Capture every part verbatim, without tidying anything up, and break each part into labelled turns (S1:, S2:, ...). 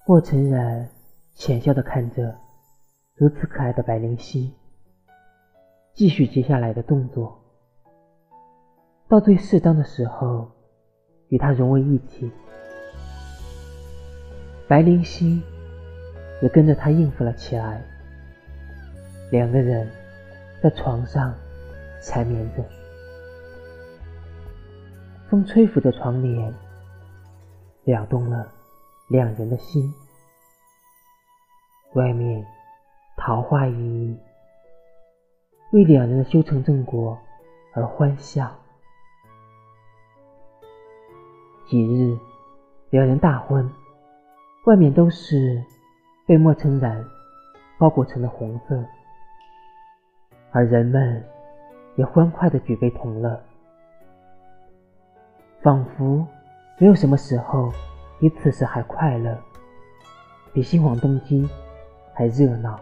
S1: 莫尘然浅笑地看着如此可爱的白灵犀，继续接下来的动作，到最适当的时候与他融为一体。白灵犀也跟着他应付了起来，两个人在床上缠绵着，风吹拂着床帘，撩动了两人的心。外面桃花依依，为两人的修成正果而欢笑。几日两人大婚，外面都是被莫尘然包裹成了红色，而人们也欢快地举杯同乐，仿佛没有什么时候比此时还快乐，比新黄登基还热闹。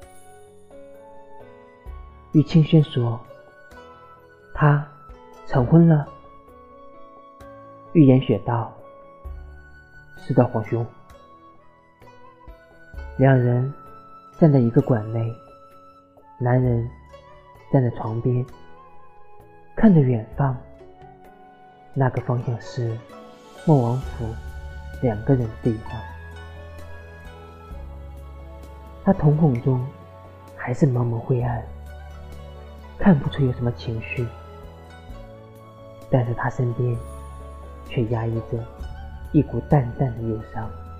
S1: 玉清轩说，他成婚了。玉言雪道，是的，皇兄。两人站在一个馆内，男人站在床边，看着远方，那个方向是莫王府两个人的地方。他瞳孔中还是茫茫灰暗，看不出有什么情绪，但是他身边却压抑着一股淡淡的忧伤。